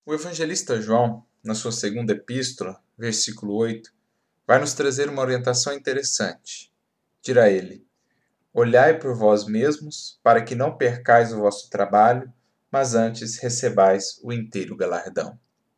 O evangelista João, na sua segunda epístola, versículo 8, vai nos trazer uma orientação interessante. Dirá ele: Olhai por vós mesmos, para que não percais o vosso trabalho, mas antes recebais o inteiro galardão.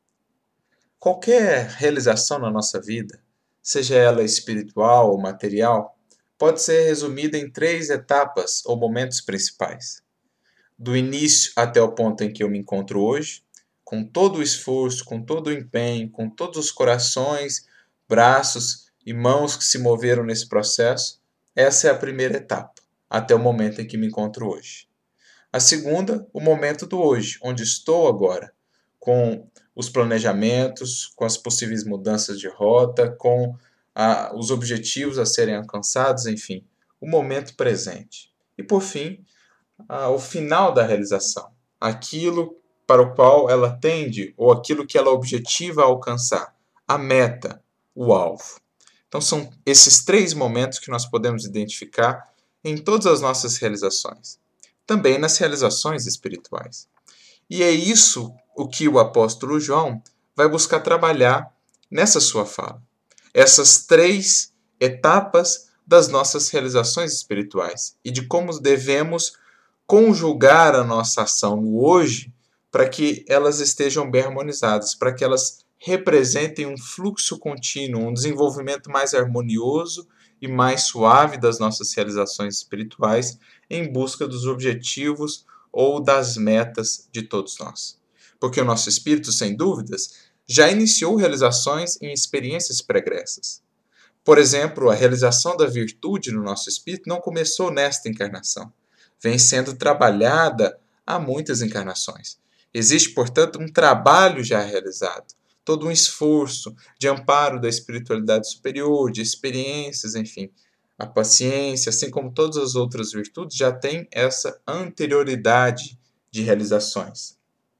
Qualquer realização na nossa vida, seja ela espiritual ou material, pode ser resumida em 3 etapas ou momentos principais. Do início até o ponto em que eu me encontro hoje, com todo o esforço, com todo o empenho, com todos os corações, braços e mãos que se moveram nesse processo, essa é a primeira etapa, até o momento em que me encontro hoje. A segunda, o momento do hoje, onde estou agora, com os planejamentos, com as possíveis mudanças de rota, com os objetivos a serem alcançados, enfim, o momento presente. E por fim, o final da realização, aquilo para o qual ela tende ou aquilo que ela objetiva alcançar, a meta, o alvo. Então são esses 3 momentos que nós podemos identificar em todas as nossas realizações, também nas realizações espirituais. E é isso o que o apóstolo João vai buscar trabalhar nessa sua fala. Essas 3 etapas das nossas realizações espirituais e de como devemos conjugar a nossa ação no hoje para que elas estejam bem harmonizadas, para que elas representem um fluxo contínuo, um desenvolvimento mais harmonioso e mais suave das nossas realizações espirituais em busca dos objetivos ou das metas de todos nós. Porque o nosso espírito, sem dúvidas, já iniciou realizações em experiências pregressas. Por exemplo, a realização da virtude no nosso espírito não começou nesta encarnação. Vem sendo trabalhada há muitas encarnações. Existe, portanto, um trabalho já realizado, todo um esforço de amparo da espiritualidade superior, de experiências, enfim. A paciência, assim como todas as outras virtudes, já tem essa anterioridade de realizações.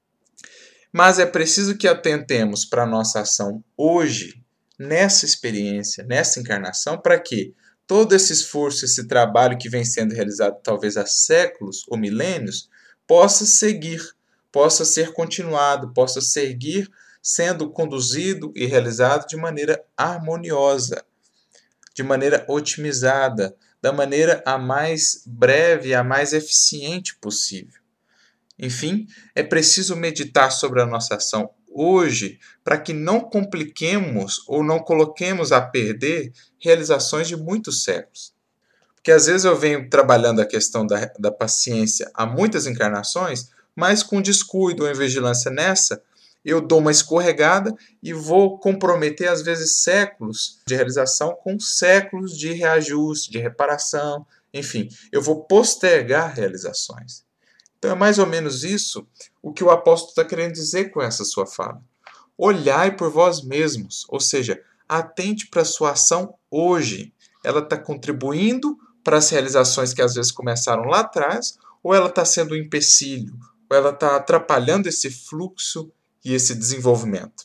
Mas é preciso que atentemos para a nossa ação hoje, nessa experiência, nessa encarnação, para que todo esse esforço, esse trabalho que vem sendo realizado talvez há séculos ou milênios, possa seguir, possa ser continuado, possa seguir sendo conduzido e realizado de maneira harmoniosa, de maneira otimizada, da maneira a mais breve e a mais eficiente possível. Enfim, é preciso meditar sobre a nossa ação hoje para que não compliquemos ou não coloquemos a perder realizações de muitos séculos. Porque às vezes eu venho trabalhando a questão da paciência há muitas encarnações, mas com descuido ou invigilância nessa, eu dou uma escorregada e vou comprometer, às vezes, séculos de realização com séculos de reajuste, de reparação, enfim, eu vou postergar realizações. Então é mais ou menos isso o que o apóstolo está querendo dizer com essa sua fala. Olhai por vós mesmos, ou seja, atente para a sua ação hoje. Ela está contribuindo para as realizações que às vezes começaram lá atrás, ou ela está sendo um empecilho, ou ela está atrapalhando esse fluxo e esse desenvolvimento.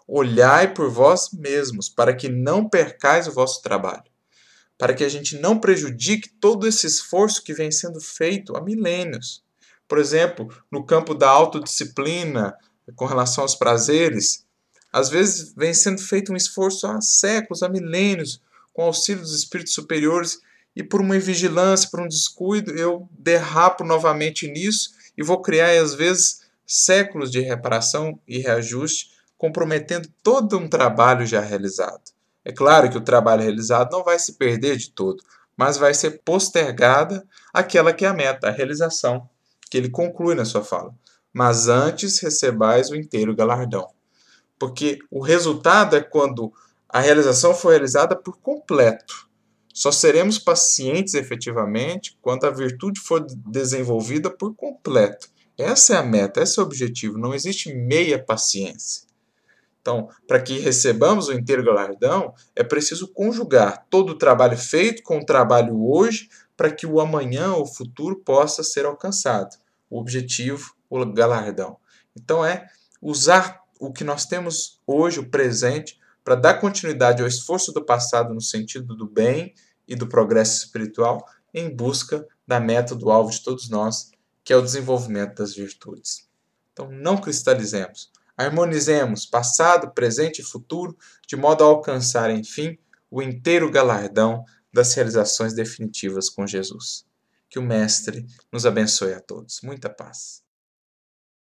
Olhai por vós mesmos, para que não percais o vosso trabalho, para que a gente não prejudique todo esse esforço que vem sendo feito há milênios. Por exemplo, no campo da autodisciplina, com relação aos prazeres, às vezes vem sendo feito um esforço há séculos, há milênios, com auxílio dos espíritos superiores, e por uma invigilância, por um descuido, eu derrapo novamente nisso e vou criar, às vezes, séculos de reparação e reajuste, comprometendo todo um trabalho já realizado. É claro que o trabalho realizado não vai se perder de todo, mas vai ser postergada aquela que é a meta, a realização, que ele conclui na sua fala. Mas antes recebais o inteiro galardão. Porque o resultado é quando a realização for realizada por completo. Só seremos pacientes efetivamente quando a virtude for desenvolvida por completo. Essa é a meta, esse é o objetivo. Não existe meia paciência. Então, para que recebamos o inteiro galardão, é preciso conjugar todo o trabalho feito com o trabalho hoje para que o amanhã, o futuro, possa ser alcançado. O objetivo, o galardão. Então, é usar o que nós temos hoje, o presente, para dar continuidade ao esforço do passado no sentido do bem e do progresso espiritual, em busca da meta do alvo de todos nós, que é o desenvolvimento das virtudes. Então, não cristalizemos. Harmonizemos passado, presente e futuro, de modo a alcançar, enfim, o inteiro galardão das realizações definitivas com Jesus. Que o Mestre nos abençoe a todos. Muita paz.